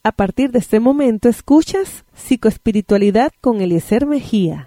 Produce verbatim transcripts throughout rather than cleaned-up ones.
A partir de este momento escuchas Psicoespiritualidad con Eliezer Mejía.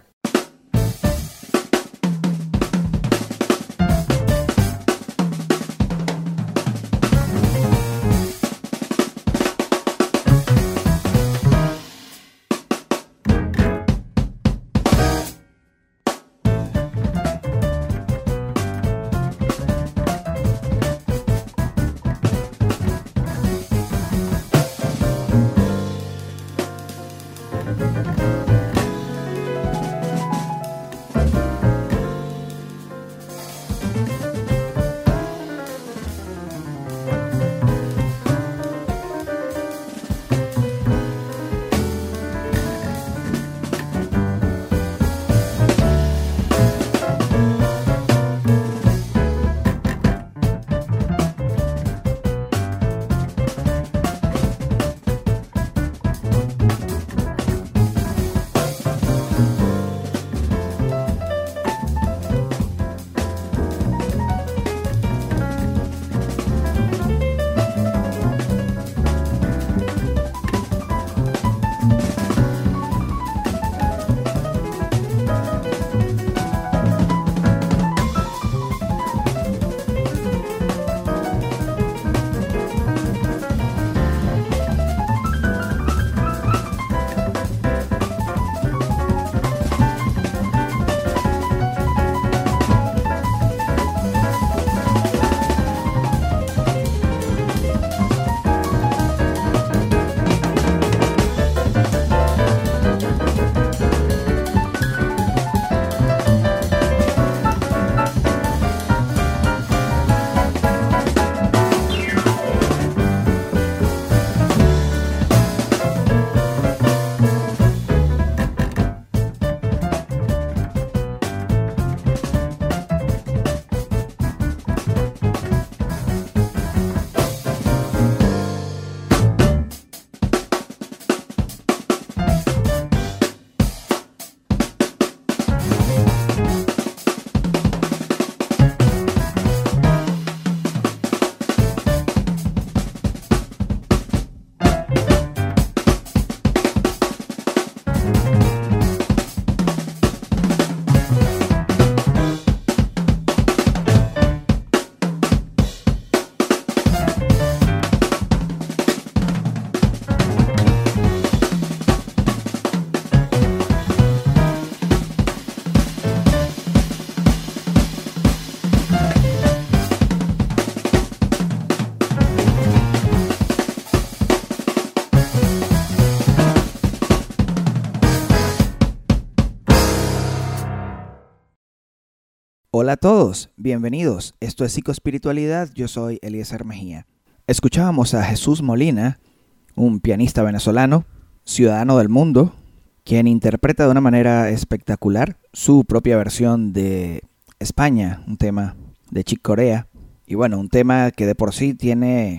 Hola a todos, bienvenidos. Esto es Psicoespiritualidad, yo soy Eliezer Mejía. Escuchábamos a Jesús Molina, un pianista venezolano, ciudadano del mundo, quien interpreta de una manera espectacular su propia versión de España, un tema de Chick Corea. Y bueno, un tema que de por sí tiene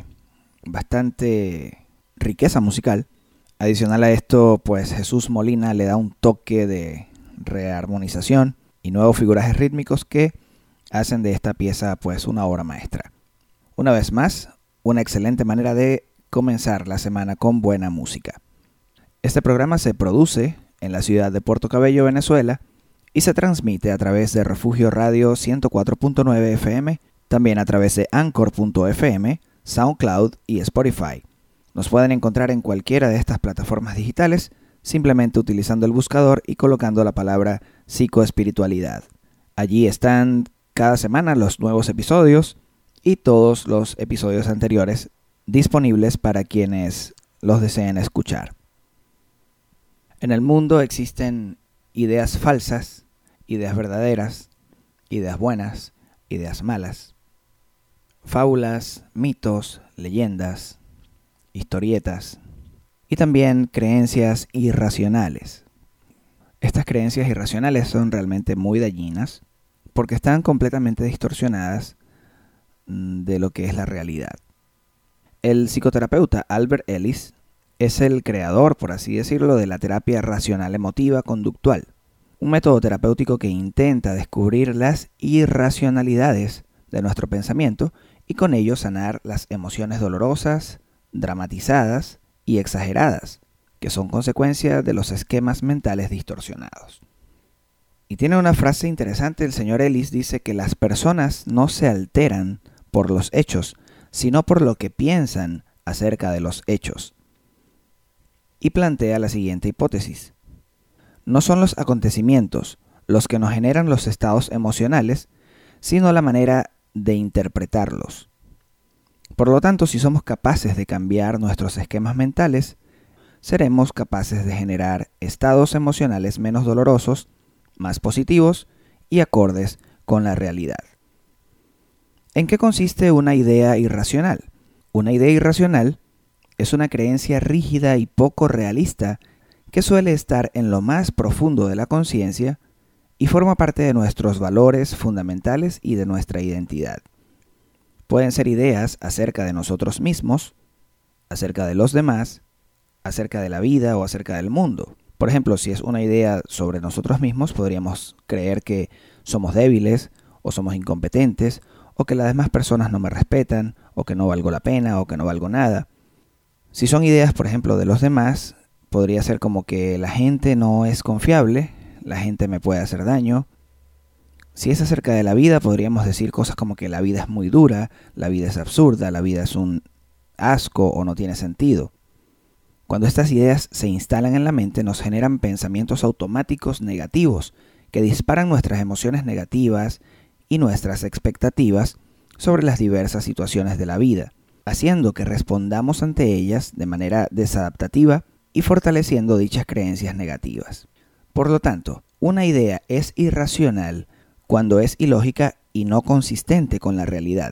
bastante riqueza musical. Adicional a esto, pues Jesús Molina le da un toque de rearmonización y nuevos figurajes rítmicos que hacen de esta pieza pues una obra maestra. Una vez más, una excelente manera de comenzar la semana con buena música. Este programa se produce en la ciudad de Puerto Cabello, Venezuela, y se transmite a través de Refugio Radio ciento cuatro punto nueve F M, también a través de Anchor punto F M, SoundCloud y Spotify. Nos pueden encontrar en cualquiera de estas plataformas digitales, simplemente utilizando el buscador y colocando la palabra psicoespiritualidad. Allí están cada semana los nuevos episodios y todos los episodios anteriores disponibles para quienes los deseen escuchar. En el mundo existen ideas falsas, ideas verdaderas, ideas buenas, ideas malas, fábulas, mitos, leyendas, historietas y también creencias irracionales. Estas creencias irracionales son realmente muy dañinas porque están completamente distorsionadas de lo que es la realidad. El psicoterapeuta Albert Ellis es el creador, por así decirlo, de la terapia racional emotiva conductual, un método terapéutico que intenta descubrir las irracionalidades de nuestro pensamiento y con ello sanar las emociones dolorosas, dramatizadas y exageradas, que son consecuencia de los esquemas mentales distorsionados. Y tiene una frase interesante, el señor Ellis dice que las personas no se alteran por los hechos, sino por lo que piensan acerca de los hechos. Y plantea la siguiente hipótesis. No son los acontecimientos los que nos generan los estados emocionales, sino la manera de interpretarlos. Por lo tanto, si somos capaces de cambiar nuestros esquemas mentales, seremos capaces de generar estados emocionales menos dolorosos, más positivos y acordes con la realidad. ¿En qué consiste una idea irracional? Una idea irracional es una creencia rígida y poco realista que suele estar en lo más profundo de la conciencia y forma parte de nuestros valores fundamentales y de nuestra identidad. Pueden ser ideas acerca de nosotros mismos, acerca de los demás, acerca de la vida o acerca del mundo. Por ejemplo, si es una idea sobre nosotros mismos, podríamos creer que somos débiles o somos incompetentes o que las demás personas no me respetan o que no valgo la pena o que no valgo nada. Si son ideas, por ejemplo, de los demás, podría ser como que la gente no es confiable, la gente me puede hacer daño. Si es acerca de la vida, podríamos decir cosas como que la vida es muy dura, la vida es absurda, la vida es un asco o no tiene sentido. Cuando estas ideas se instalan en la mente, nos generan pensamientos automáticos negativos que disparan nuestras emociones negativas y nuestras expectativas sobre las diversas situaciones de la vida, haciendo que respondamos ante ellas de manera desadaptativa y fortaleciendo dichas creencias negativas. Por lo tanto, una idea es irracional cuando es ilógica y no consistente con la realidad,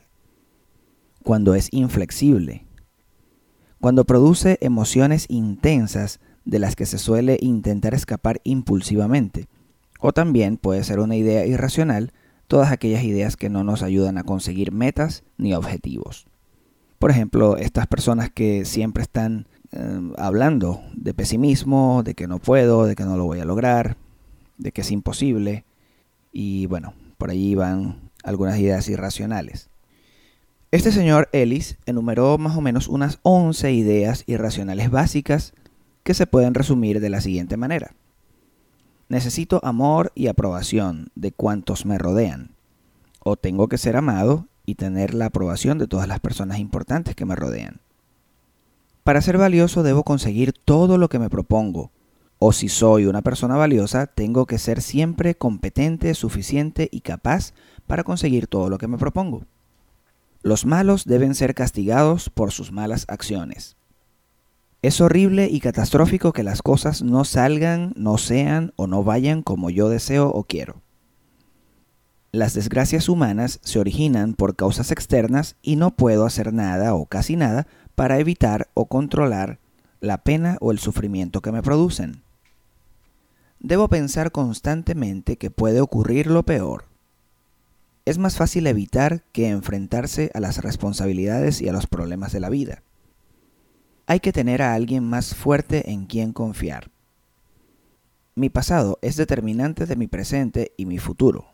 cuando es inflexible, cuando produce emociones intensas de las que se suele intentar escapar impulsivamente, o también puede ser una idea irracional todas aquellas ideas que no nos ayudan a conseguir metas ni objetivos. Por ejemplo, estas personas que siempre están eh, hablando de pesimismo, de que no puedo, de que no lo voy a lograr, de que es imposible, y bueno, por allí van algunas ideas irracionales. Este señor Ellis enumeró más o menos unas once ideas irracionales básicas que se pueden resumir de la siguiente manera. Necesito amor y aprobación de cuantos me rodean, o tengo que ser amado y tener la aprobación de todas las personas importantes que me rodean. Para ser valioso debo conseguir todo lo que me propongo, o si soy una persona valiosa, tengo que ser siempre competente, suficiente y capaz para conseguir todo lo que me propongo. Los malos deben ser castigados por sus malas acciones. Es horrible y catastrófico que las cosas no salgan, no sean o no vayan como yo deseo o quiero. Las desgracias humanas se originan por causas externas y no puedo hacer nada o casi nada para evitar o controlar la pena o el sufrimiento que me producen. Debo pensar constantemente que puede ocurrir lo peor. Es más fácil evitar que enfrentarse a las responsabilidades y a los problemas de la vida. Hay que tener a alguien más fuerte en quien confiar. Mi pasado es determinante de mi presente y mi futuro.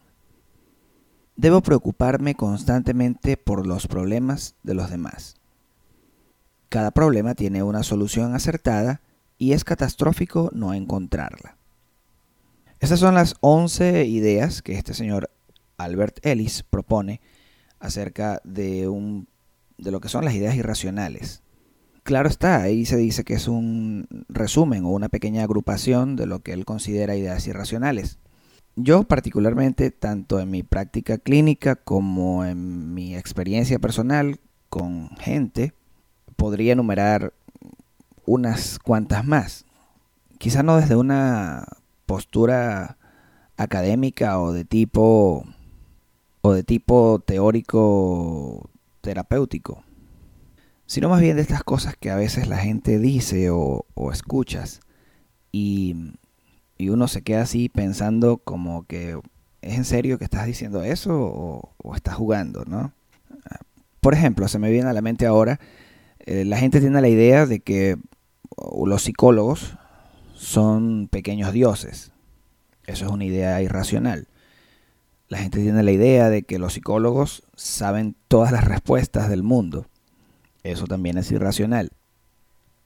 Debo preocuparme constantemente por los problemas de los demás. Cada problema tiene una solución acertada y es catastrófico no encontrarla. Estas son las once ideas que este señor Albert Ellis propone acerca de, un, de lo que son las ideas irracionales. Claro está, ahí se dice que es un resumen o una pequeña agrupación de lo que él considera ideas irracionales. Yo particularmente, tanto en mi práctica clínica como en mi experiencia personal con gente, podría enumerar unas cuantas más. Quizá no desde una postura académica o de tipo o de tipo teórico terapéutico, sino más bien de estas cosas que a veces la gente dice o, o escuchas y, y uno se queda así pensando como que ¿es en serio que estás diciendo eso o, o estás jugando, ¿no? Por ejemplo, se me viene a la mente ahora, eh, la gente tiene la idea de que los psicólogos son pequeños dioses. Eso es una idea irracional. La gente tiene la idea de que los psicólogos saben todas las respuestas del mundo. Eso también es irracional.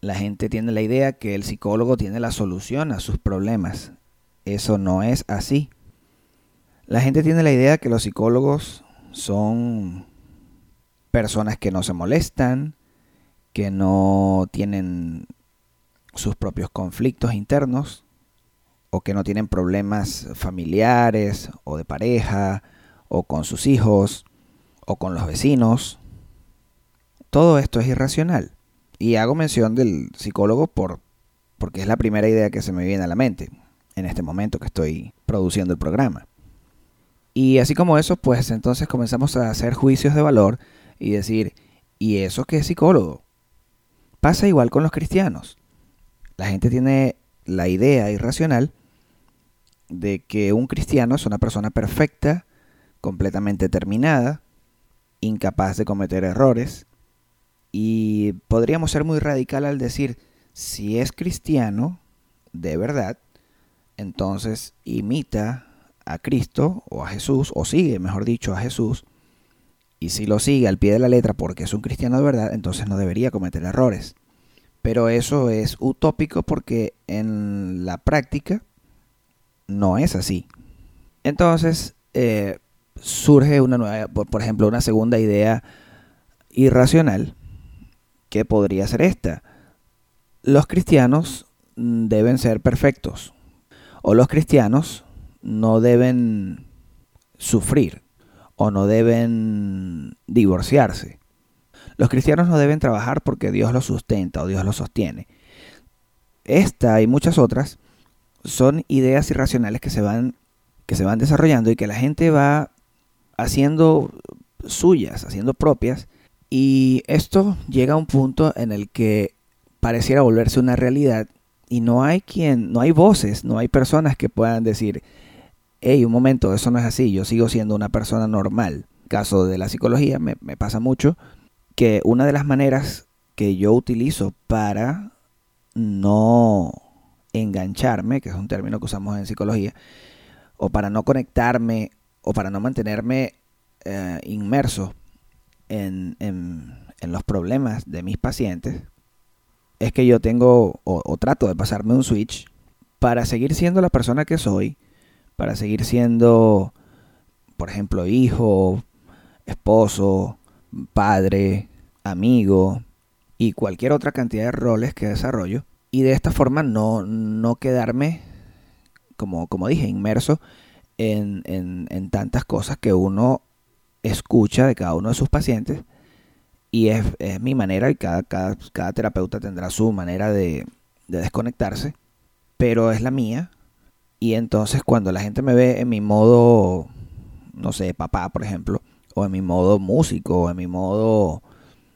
La gente tiene la idea que el psicólogo tiene la solución a sus problemas. Eso no es así. La gente tiene la idea que los psicólogos son personas que no se molestan, que no tienen sus propios conflictos internos, o que no tienen problemas familiares o de pareja, o con sus hijos, o con los vecinos. Todo esto es irracional. Y hago mención del psicólogo por, porque es la primera idea que se me viene a la mente en este momento que estoy produciendo el programa. Y así como eso, pues entonces comenzamos a hacer juicios de valor y decir, ¿y eso qué es psicólogo? Pasa igual con los cristianos. La gente tiene la idea irracional de que un cristiano es una persona perfecta, completamente terminada, incapaz de cometer errores. Y podríamos ser muy radical al decir, si es cristiano de verdad, entonces imita a Cristo o a Jesús, o sigue, mejor dicho, a Jesús, y si lo sigue al pie de la letra porque es un cristiano de verdad, entonces no debería cometer errores. Pero eso es utópico porque en la práctica no es así. Entonces eh, surge una nueva, por, por ejemplo, una segunda idea irracional, que podría ser esta: los cristianos deben ser perfectos, o los cristianos no deben sufrir, o no deben divorciarse. Los cristianos no deben trabajar porque Dios los sustenta o Dios los sostiene. Esta y muchas otras son ideas irracionales que se van, que se van desarrollando y que la gente va haciendo suyas, haciendo propias. Y esto llega a un punto en el que pareciera volverse una realidad y no hay quien, no hay voces, no hay personas que puedan decir, hey, un momento, eso no es así, yo sigo siendo una persona normal. Caso de la psicología, me, me pasa mucho que una de las maneras que yo utilizo para no engancharme, que es un término que usamos en psicología, o para no conectarme, o para no mantenerme eh, inmerso en, en, en los problemas de mis pacientes, es que yo tengo, o, o trato de pasarme un switch para seguir siendo la persona que soy, para seguir siendo, por ejemplo, hijo, esposo, padre, amigo y cualquier otra cantidad de roles que desarrollo, y de esta forma no, no quedarme, como, como dije, inmerso en, en, en tantas cosas que uno escucha de cada uno de sus pacientes, y es, es mi manera, y cada, cada, cada terapeuta tendrá su manera de, de desconectarse, pero es la mía. Y entonces cuando la gente me ve en mi modo, no sé, papá, por ejemplo, o en mi modo músico, o en mi modo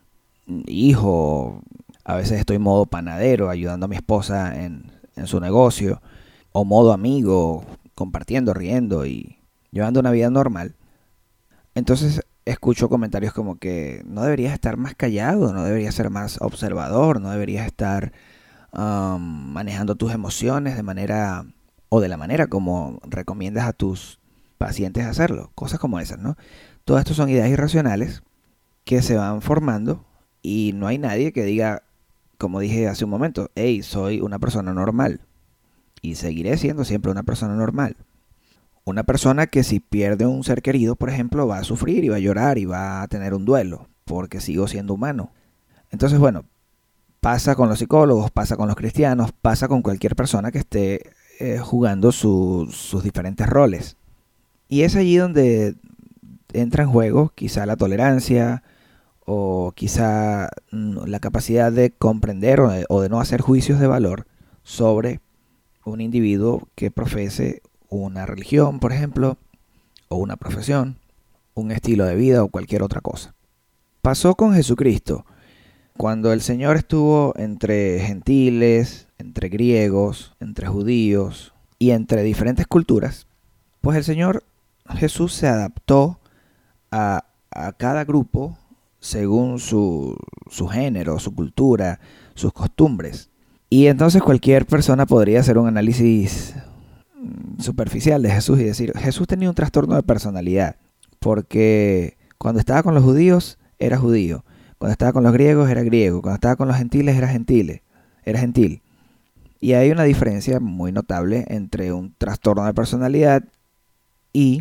hijo, a veces estoy en modo panadero, ayudando a mi esposa en, en su negocio, o modo amigo, compartiendo, riendo y llevando una vida normal. Entonces escucho comentarios como que no deberías estar más callado, no deberías ser más observador, no deberías estar um, manejando tus emociones de manera, o de la manera como recomiendas a tus pacientes hacerlo. Cosas como esas, ¿no? Todo esto son ideas irracionales que se van formando y no hay nadie que diga, como dije hace un momento, hey, soy una persona normal y seguiré siendo siempre una persona normal. Una persona que si pierde un ser querido, por ejemplo, va a sufrir y va a llorar y va a tener un duelo, porque sigo siendo humano. Entonces, bueno, pasa con los psicólogos, pasa con los cristianos, pasa con cualquier persona que esté eh, jugando su, sus diferentes roles. Y es allí donde entra en juego quizá la tolerancia o quizá la capacidad de comprender o de, o de no hacer juicios de valor sobre un individuo que profese una religión, por ejemplo, o una profesión, un estilo de vida o cualquier otra cosa. Pasó con Jesucristo. Cuando el Señor estuvo entre gentiles, entre griegos, entre judíos y entre diferentes culturas, pues el Señor Jesús se adaptó a, a cada grupo según su, su género, su cultura, sus costumbres. Y entonces cualquier persona podría hacer un análisis superficial de Jesús y decir, Jesús tenía un trastorno de personalidad, porque cuando estaba con los judíos era judío, cuando estaba con los griegos era griego, cuando estaba con los gentiles era gentile. era gentil. Y hay una diferencia muy notable entre un trastorno de personalidad y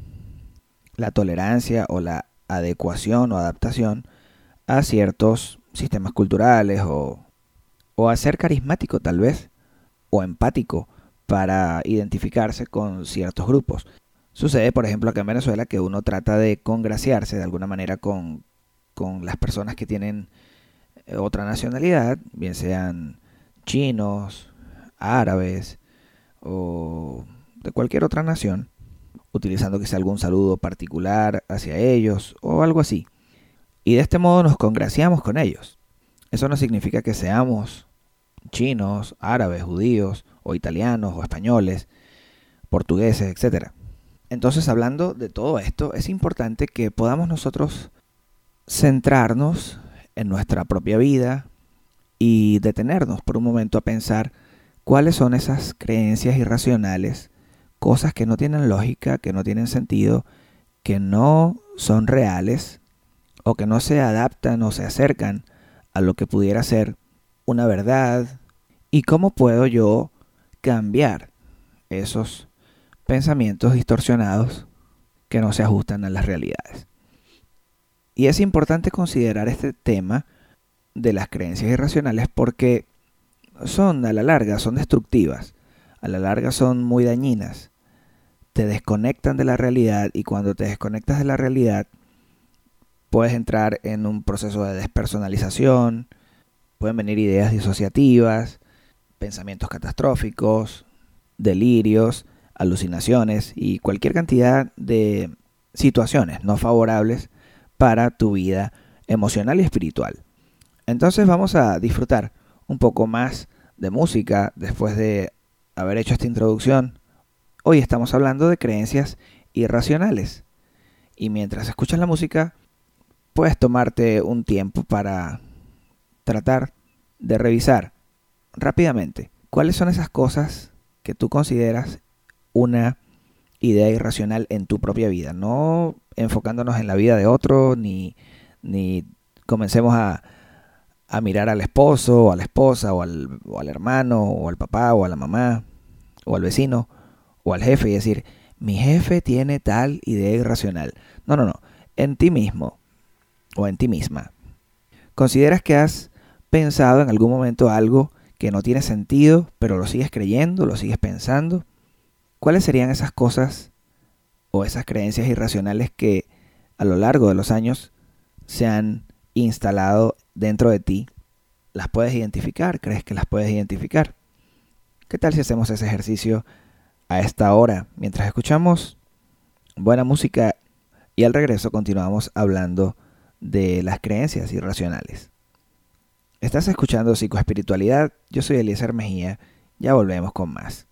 la tolerancia o la adecuación o adaptación a ciertos sistemas culturales o, o a ser carismático tal vez, o empático para identificarse con ciertos grupos. Sucede, por ejemplo, acá en Venezuela que uno trata de congraciarse de alguna manera con, con las personas que tienen otra nacionalidad, bien sean chinos, árabes o de cualquier otra nación, utilizando quizá algún saludo particular hacia ellos o algo así. Y de este modo nos congraciamos con ellos. Eso no significa que seamos chinos, árabes, judíos o italianos o españoles, portugueses, etcétera. Entonces, hablando de todo esto, es importante que podamos nosotros centrarnos en nuestra propia vida y detenernos por un momento a pensar cuáles son esas creencias irracionales, cosas que no tienen lógica, que no tienen sentido, que no son reales o que no se adaptan o se acercan a lo que pudiera ser una verdad, y cómo puedo yo cambiar esos pensamientos distorsionados que no se ajustan a las realidades. Y es importante considerar este tema de las creencias irracionales porque son, a la larga, son destructivas, a la larga son muy dañinas, te desconectan de la realidad, y cuando te desconectas de la realidad puedes entrar en un proceso de despersonalización, pueden venir ideas disociativas, pensamientos catastróficos, delirios, alucinaciones y cualquier cantidad de situaciones no favorables para tu vida emocional y espiritual. Entonces vamos a disfrutar un poco más de música después de haber hecho esta introducción. Hoy estamos hablando de creencias irracionales, y mientras escuchas la música puedes tomarte un tiempo para tratar de revisar rápidamente cuáles son esas cosas que tú consideras una idea irracional en tu propia vida, no enfocándonos en la vida de otro, ni, ni comencemos a, a mirar al esposo o a la esposa o al, o al hermano o al papá o a la mamá o al vecino o al jefe y decir, mi jefe tiene tal idea irracional. No, no, no, en ti mismo o en ti misma. ¿Consideras que has pensado en algún momento algo que no tiene sentido, pero lo sigues creyendo, lo sigues pensando? ¿Cuáles serían esas cosas o esas creencias irracionales que a lo largo de los años se han instalado dentro de ti? ¿Las puedes identificar? ¿Crees que las puedes identificar? ¿Qué tal si hacemos ese ejercicio a esta hora mientras escuchamos buena música y al regreso continuamos hablando de las creencias irracionales? Estás escuchando Psicoespiritualidad, yo soy Eliezer Mejía, ya volvemos con más.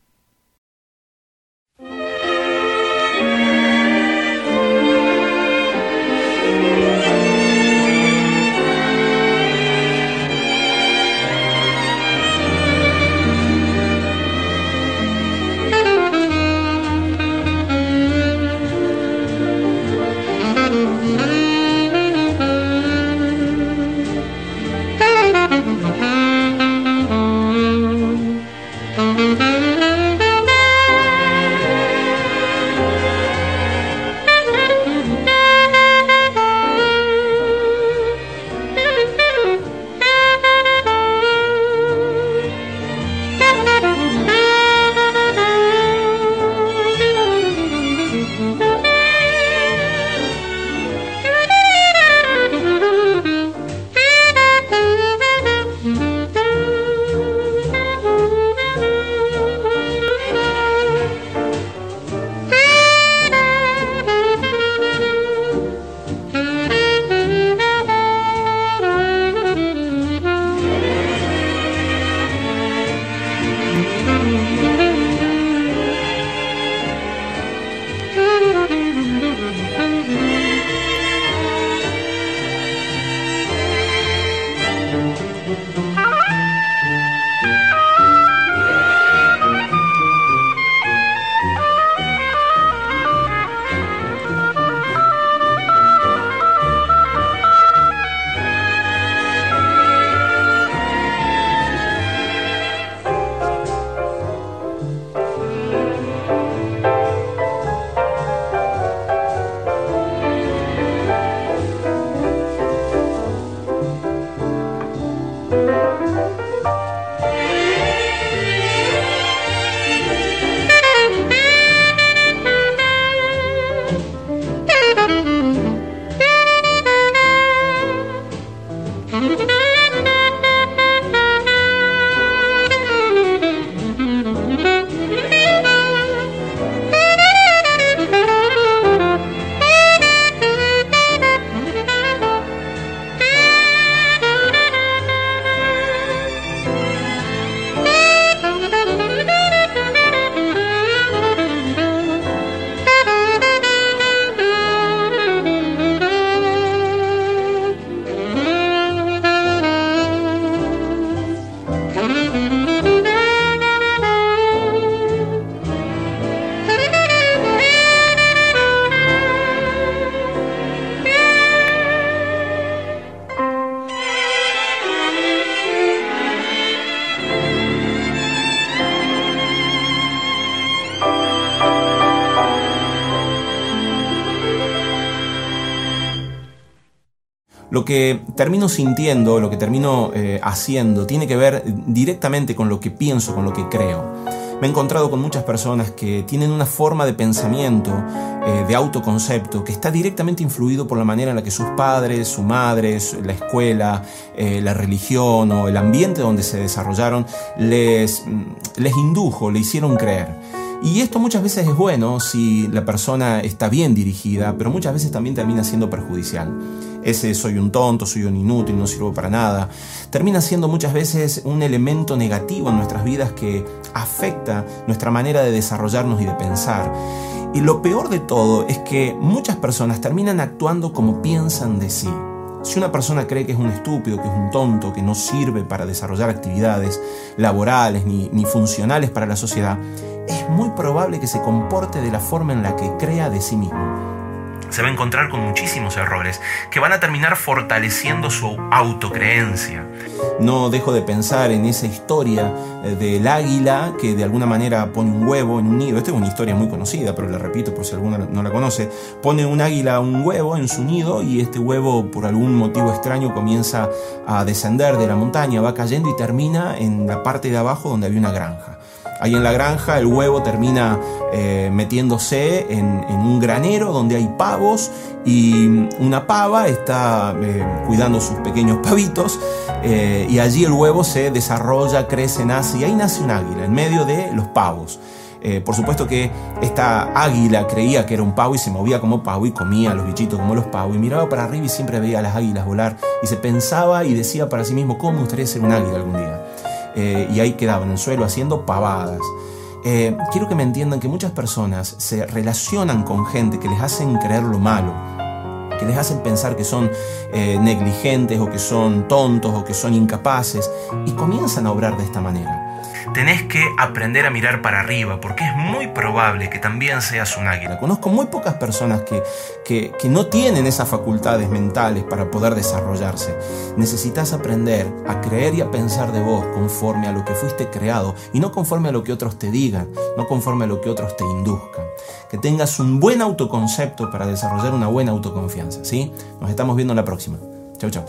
Lo que termino sintiendo, lo que termino eh, haciendo, tiene que ver directamente con lo que pienso, con lo que creo. Me he encontrado con muchas personas que tienen una forma de pensamiento, eh, de autoconcepto, que está directamente influido por la manera en la que sus padres, su madre, la escuela, eh, la religión o el ambiente donde se desarrollaron les, les indujo, le hicieron creer. Y esto muchas veces es bueno si la persona está bien dirigida, pero muchas veces también termina siendo perjudicial. Ese soy un tonto, soy un inútil, no sirvo para nada, termina siendo muchas veces un elemento negativo en nuestras vidas que afecta nuestra manera de desarrollarnos y de pensar. Y lo peor de todo es que muchas personas terminan actuando como piensan de sí. Si una persona cree que es un estúpido, que es un tonto, que no sirve para desarrollar actividades laborales ni, ni funcionales para la sociedad, es muy probable que se comporte de la forma en la que crea de sí mismo. Se va a encontrar con muchísimos errores que van a terminar fortaleciendo su autocreencia. No dejo de pensar en esa historia del águila que de alguna manera pone un huevo en un nido. Esta es una historia muy conocida, pero la repito por si alguno no la conoce. Pone un águila un huevo en su nido y este huevo por algún motivo extraño comienza a descender de la montaña, va cayendo y termina en la parte de abajo donde había una granja. Ahí en la granja el huevo termina eh, metiéndose en, en un granero donde hay pavos y una pava está eh, cuidando sus pequeños pavitos eh, y allí el huevo se desarrolla, crece, nace y ahí nace un águila en medio de los pavos. Eh, por supuesto que esta águila creía que era un pavo y se movía como pavo y comía a los bichitos como los pavos y miraba para arriba y siempre veía a las águilas volar y se pensaba y decía para sí mismo cómo me gustaría ser un águila algún día. Eh, y ahí quedaban en el suelo haciendo pavadas. Eh, quiero que me entiendan que muchas personas se relacionan con gente que les hacen creer lo malo, que les hacen pensar que son eh, negligentes o que son tontos o que son incapaces y comienzan a obrar de esta manera. Tenés que aprender a mirar para arriba porque es muy probable que también seas un águila. Conozco muy pocas personas que, que, que no tienen esas facultades mentales para poder desarrollarse. Necesitas aprender a creer y a pensar de vos conforme a lo que fuiste creado y no conforme a lo que otros te digan, no conforme a lo que otros te induzcan. Que tengas un buen autoconcepto para desarrollar una buena autoconfianza, ¿sí? Nos estamos viendo en la próxima. Chau, chau.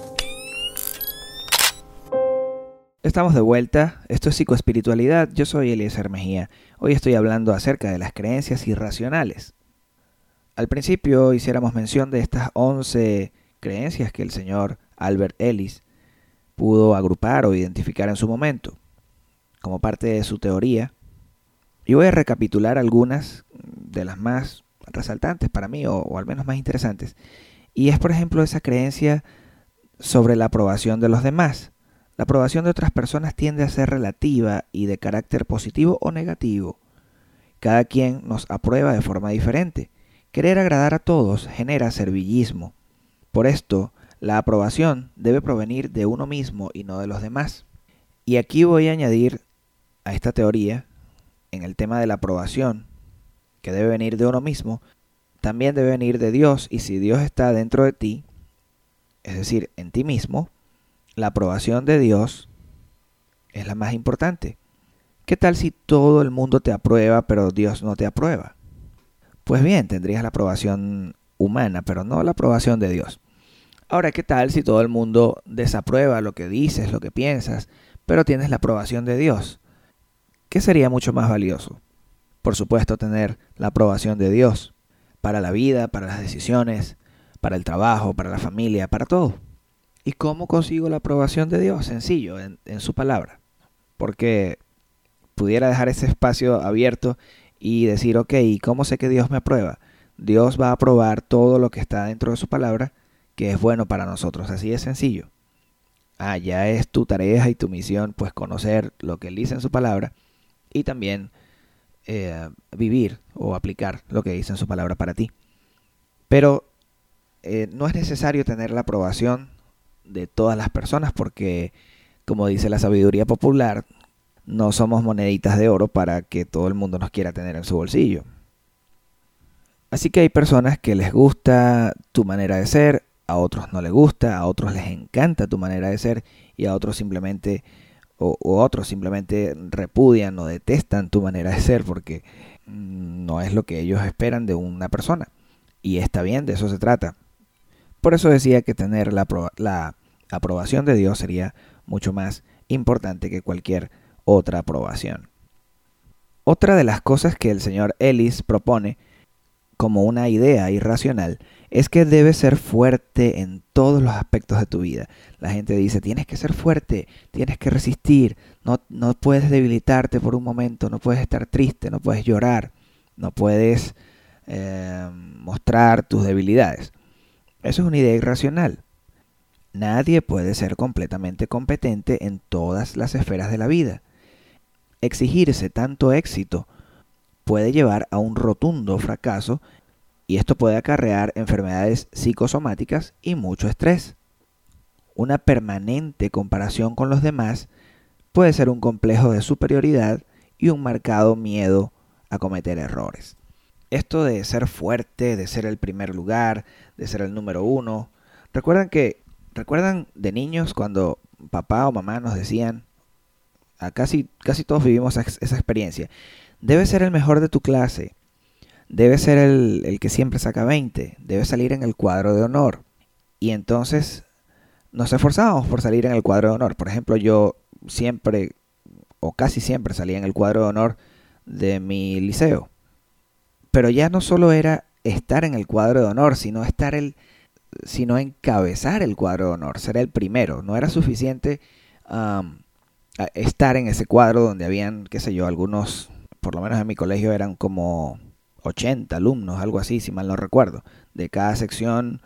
Estamos de vuelta, esto es Psicoespiritualidad, yo soy Eliezer Mejía. Hoy estoy hablando acerca de las creencias irracionales. Al principio hiciéramos mención de estas once creencias que el señor Albert Ellis pudo agrupar o identificar en su momento, como parte de su teoría. Y voy a recapitular algunas de las más resaltantes para mí, o, o al menos más interesantes. Y es, por ejemplo, esa creencia sobre la aprobación de los demás. La aprobación de otras personas tiende a ser relativa y de carácter positivo o negativo. Cada quien nos aprueba de forma diferente. Querer agradar a todos genera servillismo. Por esto, la aprobación debe provenir de uno mismo y no de los demás. Y aquí voy a añadir a esta teoría, en el tema de la aprobación, que debe venir de uno mismo, también debe venir de Dios, y si Dios está dentro de ti, es decir, en ti mismo, la aprobación de Dios es la más importante. ¿Qué tal si todo el mundo te aprueba, pero Dios no te aprueba? Pues bien, tendrías la aprobación humana, pero no la aprobación de Dios. Ahora, ¿qué tal si todo el mundo desaprueba lo que dices, lo que piensas, pero tienes la aprobación de Dios? ¿Qué sería mucho más valioso? Por supuesto, tener la aprobación de Dios para la vida, para las decisiones, para el trabajo, para la familia, para todo. ¿Y cómo consigo la aprobación de Dios? Sencillo, en, en su palabra. Porque pudiera dejar ese espacio abierto y decir, ok, ¿cómo sé que Dios me aprueba? Dios va a aprobar todo lo que está dentro de su palabra, que es bueno para nosotros. Así de sencillo. Ah, ya es tu tarea y tu misión, pues conocer lo que Él dice en su palabra y también eh, vivir o aplicar lo que dice en su palabra para ti. Pero eh, no es necesario tener la aprobación de todas las personas porque, como dice la sabiduría popular, no somos moneditas de oro para que todo el mundo nos quiera tener en su bolsillo. Así que hay personas que les gusta tu manera de ser, a otros no les gusta, a otros les encanta tu manera de ser y a otros simplemente o, o otros simplemente repudian o detestan tu manera de ser porque no es lo que ellos esperan de una persona. Y está bien, de eso se trata. Por eso decía que tener la, apro- la aprobación de Dios sería mucho más importante que cualquier otra aprobación. Otra de las cosas que el señor Ellis propone como una idea irracional es que debes ser fuerte en todos los aspectos de tu vida. La gente dice, tienes que ser fuerte, tienes que resistir, no, no puedes debilitarte por un momento, no puedes estar triste, no puedes llorar, no puedes eh, mostrar tus debilidades. Eso es una idea irracional. Nadie puede ser completamente competente en todas las esferas de la vida. Exigirse tanto éxito puede llevar a un rotundo fracaso y esto puede acarrear enfermedades psicosomáticas y mucho estrés. Una permanente comparación con los demás puede ser un complejo de superioridad y un marcado miedo a cometer errores. Esto de ser fuerte, de ser el primer lugar, de ser el número uno. ¿Recuerdan que, recuerdan de niños cuando papá o mamá nos decían, a casi, casi todos vivimos esa experiencia, debes ser el mejor de tu clase, debes ser el, el que siempre saca veinte, debes salir en el cuadro de honor? Y entonces nos esforzábamos por salir en el cuadro de honor. Por ejemplo, yo siempre, o casi siempre, salía en el cuadro de honor de mi liceo. Pero ya no solo era estar en el cuadro de honor, sino estar el, sino encabezar el cuadro de honor, ser el primero. No era suficiente um, estar en ese cuadro donde habían, qué sé yo, algunos, por lo menos en mi colegio eran como ochenta alumnos, algo así, si mal no recuerdo. De cada sección,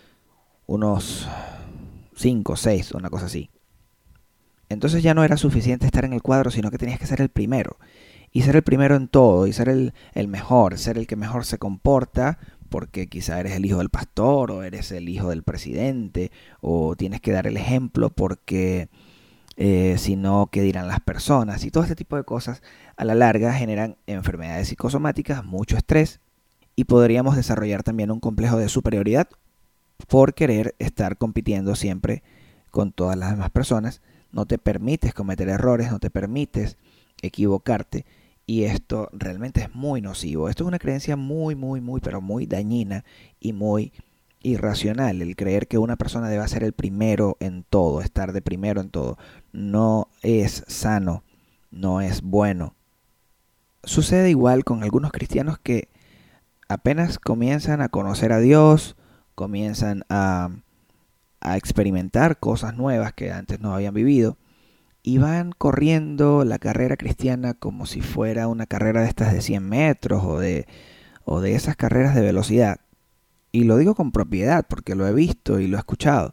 unos cinco, seis, una cosa así. Entonces ya no era suficiente estar en el cuadro, sino que tenías que ser el primero. Y ser el primero en todo, y ser el, el mejor, ser el que mejor se comporta, porque quizá eres el hijo del pastor, o eres el hijo del presidente, o tienes que dar el ejemplo porque eh, si no, ¿qué dirán las personas? Y todo este tipo de cosas a la larga generan enfermedades psicosomáticas, mucho estrés, y podríamos desarrollar también un complejo de superioridad por querer estar compitiendo siempre con todas las demás personas. No te permites cometer errores, no te permites equivocarte. Y esto realmente es muy nocivo. Esto es una creencia muy, muy, muy, pero muy dañina y muy irracional. El creer que una persona debe ser el primero en todo, estar de primero en todo, no es sano, no es bueno. Sucede igual con algunos cristianos que apenas comienzan a conocer a Dios, comienzan a, a experimentar cosas nuevas que antes no habían vivido, y van corriendo la carrera cristiana como si fuera una carrera de estas de cien metros o de, o de esas carreras de velocidad. Y lo digo con propiedad porque lo he visto y lo he escuchado.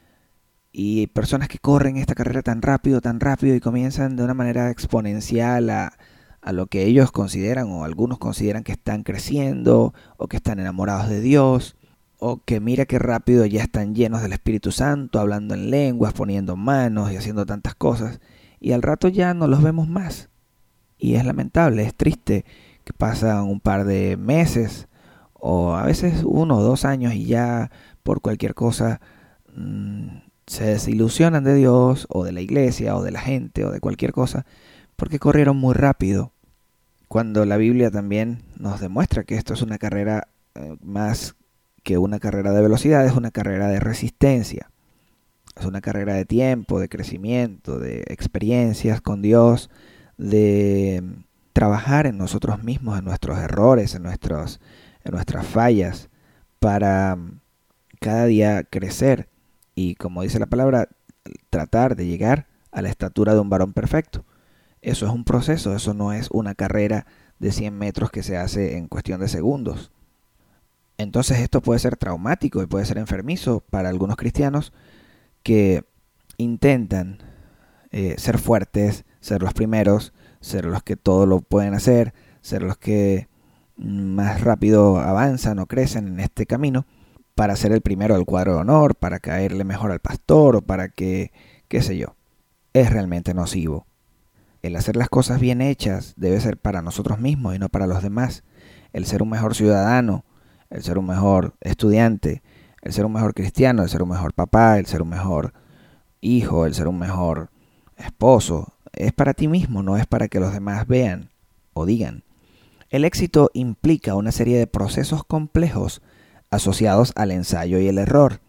Y personas que corren esta carrera tan rápido, tan rápido y comienzan de una manera exponencial a, a lo que ellos consideran o algunos consideran que están creciendo o que están enamorados de Dios. O que mira qué rápido ya están llenos del Espíritu Santo, hablando en lenguas, poniendo manos y haciendo tantas cosas. Y al rato ya no los vemos más. Y es lamentable, es triste que pasan un par de meses o a veces uno o dos años y ya por cualquier cosa mmm, se desilusionan de Dios o de la iglesia o de la gente o de cualquier cosa porque corrieron muy rápido. Cuando la Biblia también nos demuestra que esto es una carrera eh, más que una carrera de velocidad, es una carrera de resistencia, es una carrera de tiempo, de crecimiento, de experiencias con Dios, de trabajar en nosotros mismos, en nuestros errores, en, nuestros, en nuestras fallas, para cada día crecer y, como dice la palabra, tratar de llegar a la estatura de un varón perfecto. Eso es un proceso, eso no es una carrera de cien metros que se hace en cuestión de segundos. Entonces esto puede ser traumático y puede ser enfermizo para algunos cristianos que intentan eh, ser fuertes, ser los primeros, ser los que todo lo pueden hacer, ser los que más rápido avanzan o crecen en este camino para ser el primero del cuadro de honor, para caerle mejor al pastor o para que, qué sé yo. Es realmente nocivo. El hacer las cosas bien hechas debe ser para nosotros mismos y no para los demás. El ser un mejor ciudadano, el ser un mejor estudiante, el ser un mejor cristiano, el ser un mejor papá, el ser un mejor hijo, el ser un mejor esposo, es para ti mismo, no es para que los demás vean o digan. El éxito implica una serie de procesos complejos asociados al ensayo y el error.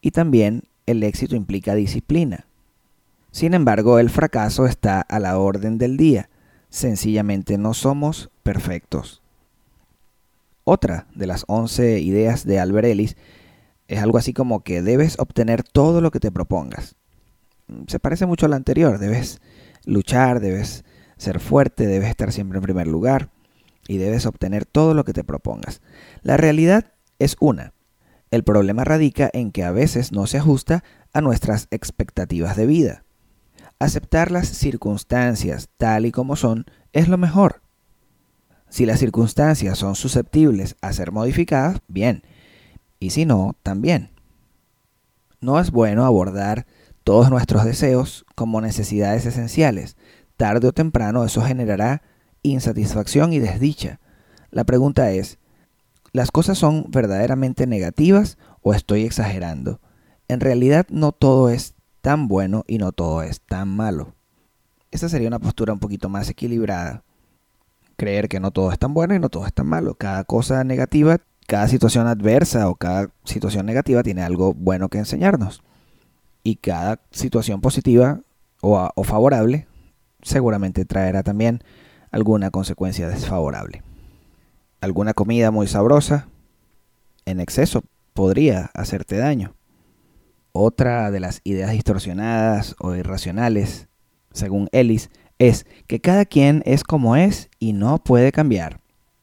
y también el éxito implica disciplina. Sin embargo, el fracaso está a la orden del día. Sencillamente no somos perfectos. Otra de las once ideas de Albert Ellis es algo así como que debes obtener todo lo que te propongas. Se parece mucho a la anterior. Debes luchar, debes ser fuerte, debes estar siempre en primer lugar y debes obtener todo lo que te propongas. La realidad es una. El problema radica en que a veces no se ajusta a nuestras expectativas de vida. Aceptar las circunstancias tal y como son es lo mejor. Si las circunstancias son susceptibles a ser modificadas, bien. Y si no, también. No es bueno abordar todos nuestros deseos como necesidades esenciales. Tarde o temprano eso generará insatisfacción y desdicha. La pregunta es, ¿las cosas son verdaderamente negativas o estoy exagerando? En realidad no todo es tan bueno y no todo es tan malo. Esa sería una postura un poquito más equilibrada. Creer que no todo es tan bueno y no todo es tan malo. Cada cosa negativa, cada situación adversa o cada situación negativa tiene algo bueno que enseñarnos. Y cada situación positiva o, a, o favorable seguramente traerá también alguna consecuencia desfavorable. Alguna comida muy sabrosa en exceso podría hacerte daño. Otra de las ideas distorsionadas o irracionales, según Ellis, es que cada quien es como es y no puede cambiar.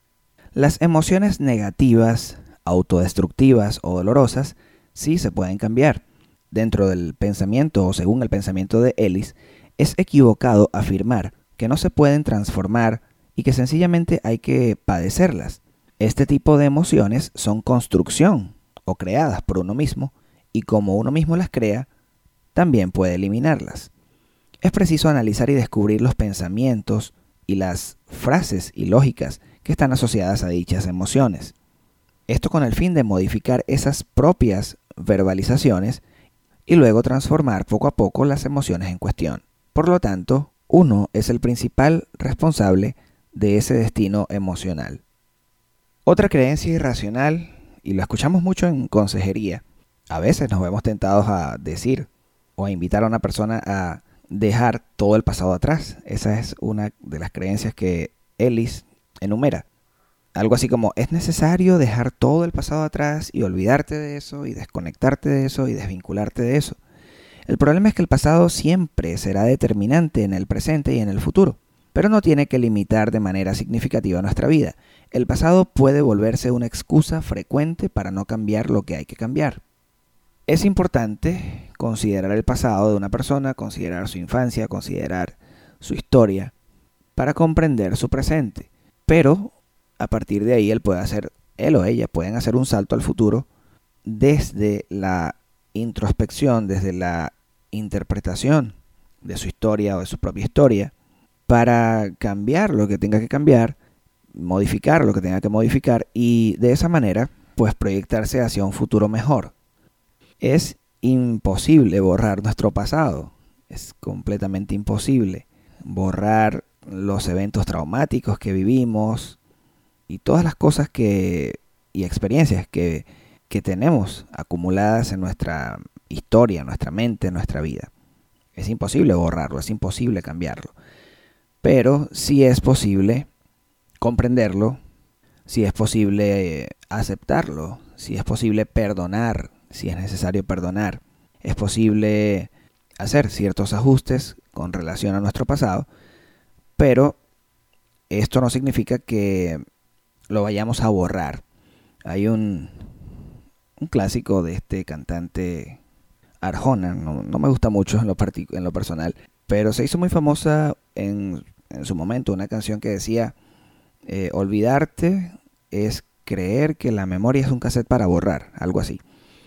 Las emociones negativas, autodestructivas o dolorosas sí se pueden cambiar. Dentro del pensamiento o según el pensamiento de Ellis, es equivocado afirmar que no se pueden transformar y que sencillamente hay que padecerlas. Este tipo de emociones son construcción o creadas por uno mismo y como uno mismo las crea, también puede eliminarlas. Es preciso analizar y descubrir los pensamientos y las frases y lógicas que están asociadas a dichas emociones. Esto con el fin de modificar esas propias verbalizaciones y luego transformar poco a poco las emociones en cuestión. Por lo tanto, uno es el principal responsable de ese destino emocional. Otra creencia irracional, y lo escuchamos mucho en consejería, a veces nos vemos tentados a decir o a invitar a una persona a dejar todo el pasado atrás. Esa es una de las creencias que Ellis enumera. Algo así como, es necesario dejar todo el pasado atrás y olvidarte de eso y desconectarte de eso y desvincularte de eso. El problema es que el pasado siempre será determinante en el presente y en el futuro, pero no tiene que limitar de manera significativa nuestra vida. El pasado puede volverse una excusa frecuente para no cambiar lo que hay que cambiar. Es importante considerar el pasado de una persona, considerar su infancia, considerar su historia, para comprender su presente. Pero a partir de ahí él puede hacer, él o ella pueden hacer un salto al futuro desde la introspección, desde la interpretación de su historia o de su propia historia, para cambiar lo que tenga que cambiar, modificar lo que tenga que modificar y de esa manera pues proyectarse hacia un futuro mejor. Es imposible borrar nuestro pasado, es completamente imposible borrar los eventos traumáticos que vivimos y todas las cosas que y experiencias que, que tenemos acumuladas en nuestra historia, en nuestra mente, en nuestra vida. Es imposible borrarlo, es imposible cambiarlo. Pero sí es posible comprenderlo, sí es posible aceptarlo, sí es posible perdonar, si es necesario perdonar. Es posible hacer ciertos ajustes con relación a nuestro pasado, pero esto no significa que lo vayamos a borrar. Hay un, un clásico de este cantante Arjona, no, no me gusta mucho en lo, partic- en lo personal, pero se hizo muy famosa en, en su momento una canción que decía, eh, olvidarte es creer que la memoria es un cassette para borrar, algo así.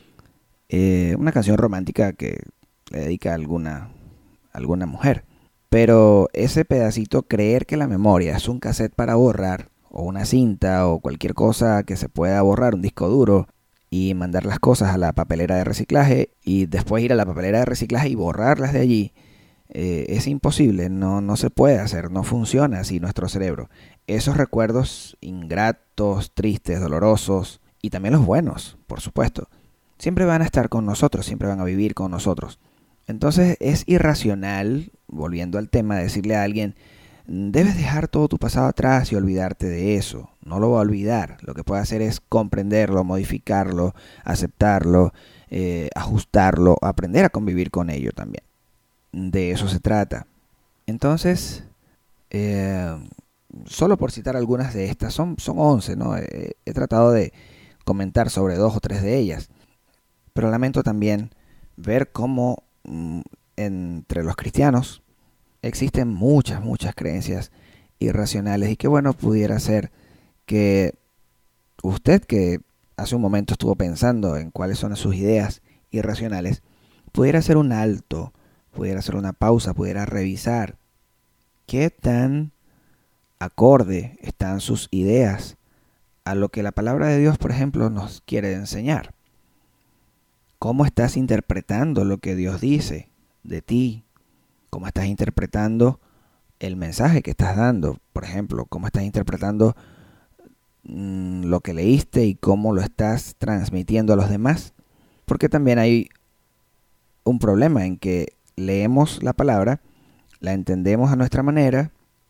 Eh, una canción romántica que le dedica a alguna, a alguna mujer. Pero ese pedacito, creer que la memoria es un cassette para borrar, o una cinta, o cualquier cosa que se pueda borrar, un disco duro, y mandar las cosas a la papelera de reciclaje, y después ir a la papelera de reciclaje y borrarlas de allí, eh, es imposible, no, no se puede hacer, no funciona así nuestro cerebro. Esos recuerdos ingratos, tristes, dolorosos, y también los buenos, por supuesto, siempre van a estar con nosotros, siempre van a vivir con nosotros. Entonces es irracional, volviendo al tema, decirle a alguien, debes dejar todo tu pasado atrás y olvidarte de eso. No lo va a olvidar. Lo que puede hacer es comprenderlo, modificarlo, aceptarlo, eh, ajustarlo, aprender a convivir con ello también. De eso se trata. Entonces, eh, solo por citar algunas de estas, son, son once, ¿no? He, he tratado de comentar sobre dos o tres de ellas. Pero lamento también ver cómo mm, entre los cristianos existen muchas, muchas creencias irracionales y que bueno, pudiera ser que usted que hace un momento estuvo pensando en cuáles son sus ideas irracionales, pudiera hacer un alto, pudiera hacer una pausa, pudiera revisar qué tan acorde están sus ideas a lo que la palabra de Dios, por ejemplo, nos quiere enseñar. ¿Cómo estás interpretando lo que Dios dice de ti? ¿Cómo estás interpretando el mensaje que estás dando? Por ejemplo, ¿cómo estás interpretando mmm, lo que leíste y cómo lo estás transmitiendo a los demás? Porque también hay un problema en que leemos la palabra, la entendemos a nuestra manera,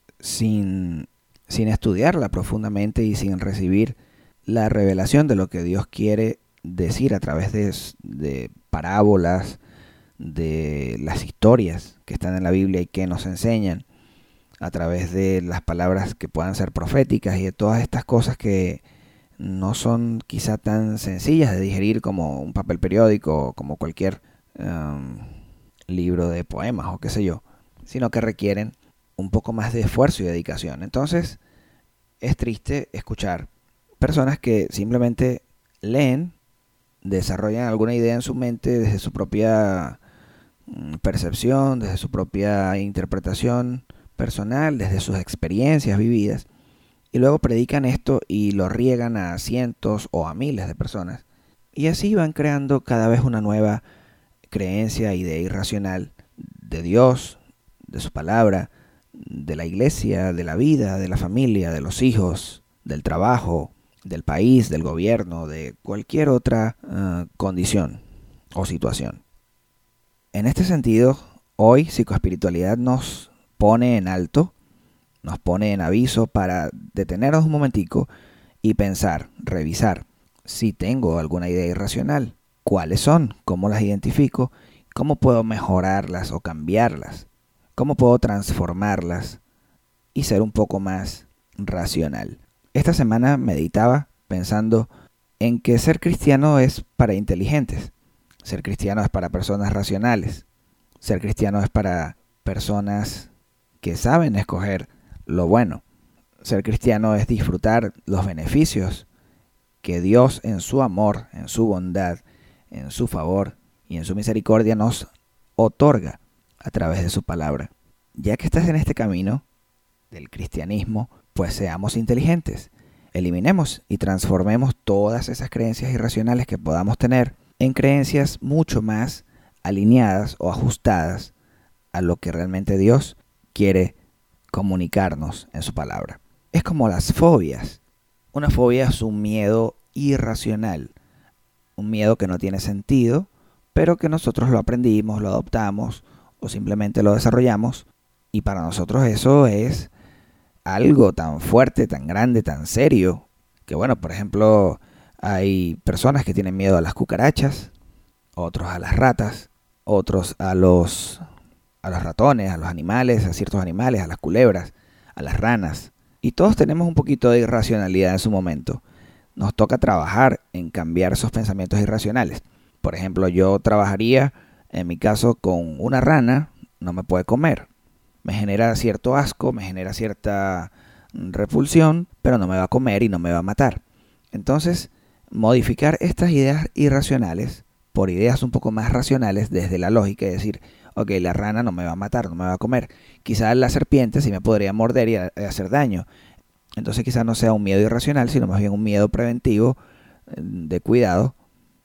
sin, sin estudiarla profundamente y sin recibir la revelación de lo que Dios quiere decir a través de, de parábolas, de las historias que están en la Biblia y que nos enseñan, a través de las palabras que puedan ser proféticas y de todas estas cosas que no son quizá tan sencillas de digerir como un papel periódico o como cualquier um, libro de poemas o qué sé yo, sino que requieren un poco más de esfuerzo y dedicación. Entonces es triste escuchar personas que simplemente leen, desarrollan alguna idea en su mente desde su propia percepción, desde su propia interpretación personal, desde sus experiencias vividas, y luego predican esto y lo riegan a cientos o a miles de personas, y así van creando cada vez una nueva creencia, idea irracional de Dios, de su palabra, de la iglesia, de la vida, de la familia, de los hijos, del trabajo, del país, del gobierno, de cualquier otra uh, condición o situación. En este sentido, hoy psicoespiritualidad nos pone en alto, nos pone en aviso para detenernos un momentico y pensar, revisar si tengo alguna idea irracional, cuáles son, cómo las identifico, cómo puedo mejorarlas o cambiarlas, cómo puedo transformarlas y ser un poco más racional. Esta semana meditaba pensando en que ser cristiano es para inteligentes. Ser cristiano es para personas racionales. Ser cristiano es para personas que saben escoger lo bueno. Ser cristiano es disfrutar los beneficios que Dios en su amor, en su bondad, en su favor y en su misericordia nos otorga a través de su palabra. Ya que estás en este camino del cristianismo, pues seamos inteligentes. Eliminemos y transformemos todas esas creencias irracionales que podamos tener en creencias mucho más alineadas o ajustadas a lo que realmente Dios quiere comunicarnos en su palabra. Es como las fobias. Una fobia es un miedo irracional, un miedo que no tiene sentido, pero que nosotros lo aprendimos, lo adoptamos o simplemente lo desarrollamos, y para nosotros eso es algo tan fuerte, tan grande, tan serio, que bueno, por ejemplo, hay personas que tienen miedo a las cucarachas, otros a las ratas, otros a los, a los ratones, a los animales, a ciertos animales, a las culebras, a las ranas. Y todos tenemos un poquito de irracionalidad en su momento. Nos toca trabajar en cambiar esos pensamientos irracionales. Por ejemplo, yo trabajaría, en mi caso, con una rana, no me puede comer. Me genera cierto asco, me genera cierta repulsión, pero no me va a comer y no me va a matar. Entonces, modificar estas ideas irracionales por ideas un poco más racionales desde la lógica y decir, ok, la rana no me va a matar, no me va a comer. Quizás la serpiente sí me podría morder y hacer daño. Entonces quizás no sea un miedo irracional, sino más bien un miedo preventivo de cuidado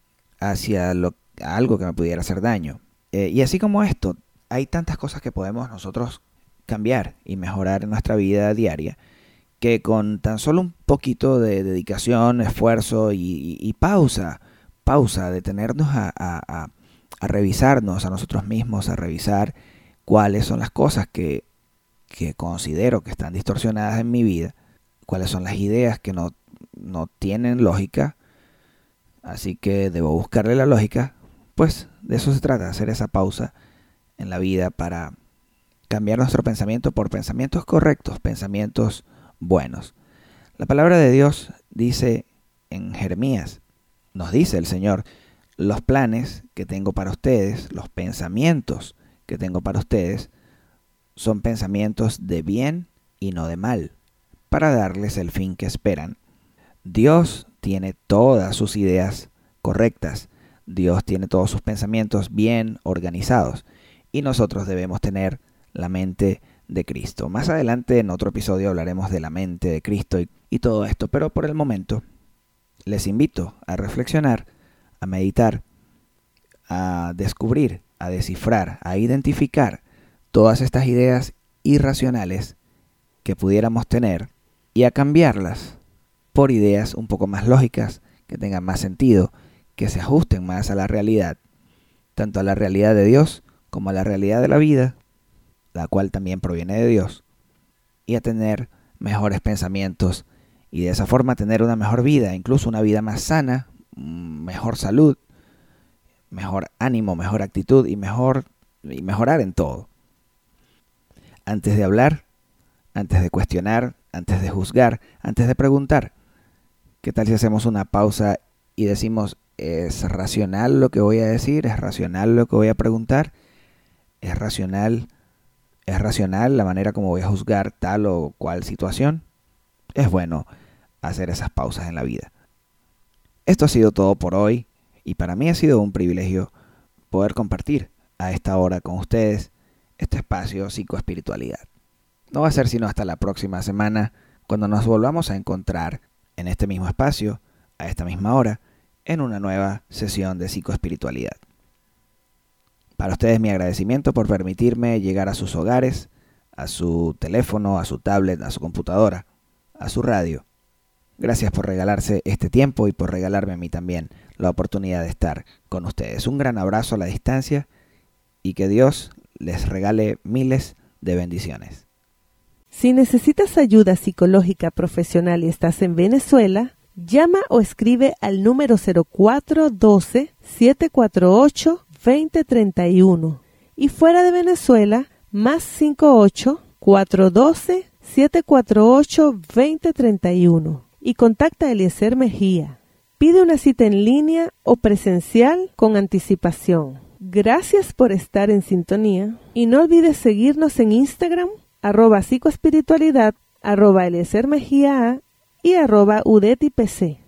hacia lo, algo que me pudiera hacer daño. Eh, y así como esto, hay tantas cosas que podemos nosotros cambiar y mejorar en nuestra vida diaria, que con tan solo un poquito de dedicación, esfuerzo y, y, y pausa pausa, a detenernos a, a, a, a revisarnos a nosotros mismos, a revisar cuáles son las cosas que, que considero que están distorsionadas en mi vida, cuáles son las ideas que no, no tienen lógica, así que debo buscarle la lógica. Pues de eso se trata, hacer esa pausa en la vida para cambiar nuestro pensamiento por pensamientos correctos, pensamientos buenos. La palabra de Dios dice en Jeremías, nos dice el Señor, los planes que tengo para ustedes, los pensamientos que tengo para ustedes, son pensamientos de bien y no de mal, para darles el fin que esperan. Dios tiene todas sus ideas correctas, Dios tiene todos sus pensamientos bien organizados y nosotros debemos tener la mente de Cristo. Más adelante en otro episodio hablaremos de la mente de Cristo y, y todo esto, pero por el momento les invito a reflexionar, a meditar, a descubrir, a descifrar, a identificar todas estas ideas irracionales que pudiéramos tener y a cambiarlas por ideas un poco más lógicas, que tengan más sentido, que se ajusten más a la realidad, tanto a la realidad de Dios como a la realidad de la vida, la cual también proviene de Dios, y a tener mejores pensamientos y de esa forma tener una mejor vida, incluso una vida más sana, mejor salud, mejor ánimo, mejor actitud y mejor y mejorar en todo. Antes de hablar, antes de cuestionar, antes de juzgar, antes de preguntar, ¿qué tal si hacemos una pausa y decimos, ¿es racional lo que voy a decir? ¿Es racional lo que voy a preguntar? ¿Es racional, es racional la manera como voy a juzgar tal o cual situación? Es bueno hacer esas pausas en la vida. Esto ha sido todo por hoy y para mí ha sido un privilegio poder compartir a esta hora con ustedes este espacio psicoespiritualidad. No va a ser sino hasta la próxima semana cuando nos volvamos a encontrar en este mismo espacio, a esta misma hora, en una nueva sesión de psicoespiritualidad. Para ustedes mi agradecimiento por permitirme llegar a sus hogares, a su teléfono, a su tablet, a su computadora, a su radio. Gracias por regalarse este tiempo y por regalarme a mí también la oportunidad de estar con ustedes. Un gran abrazo a la distancia y que Dios les regale miles de bendiciones. Si necesitas ayuda psicológica profesional y estás en Venezuela, llama o escribe al número cero cuatro uno dos, siete cuatro ocho, dos cero tres uno y fuera de Venezuela, más cinco ocho, cuatro uno dos, siete cuatro ocho, dos cero tres uno y contacta a Eliezer Mejía. Pide una cita en línea o presencial con anticipación. Gracias por estar en sintonía y no olvides seguirnos en Instagram, arroba psicoespiritualidad, arroba Eliezer Mejía y arroba udetipc.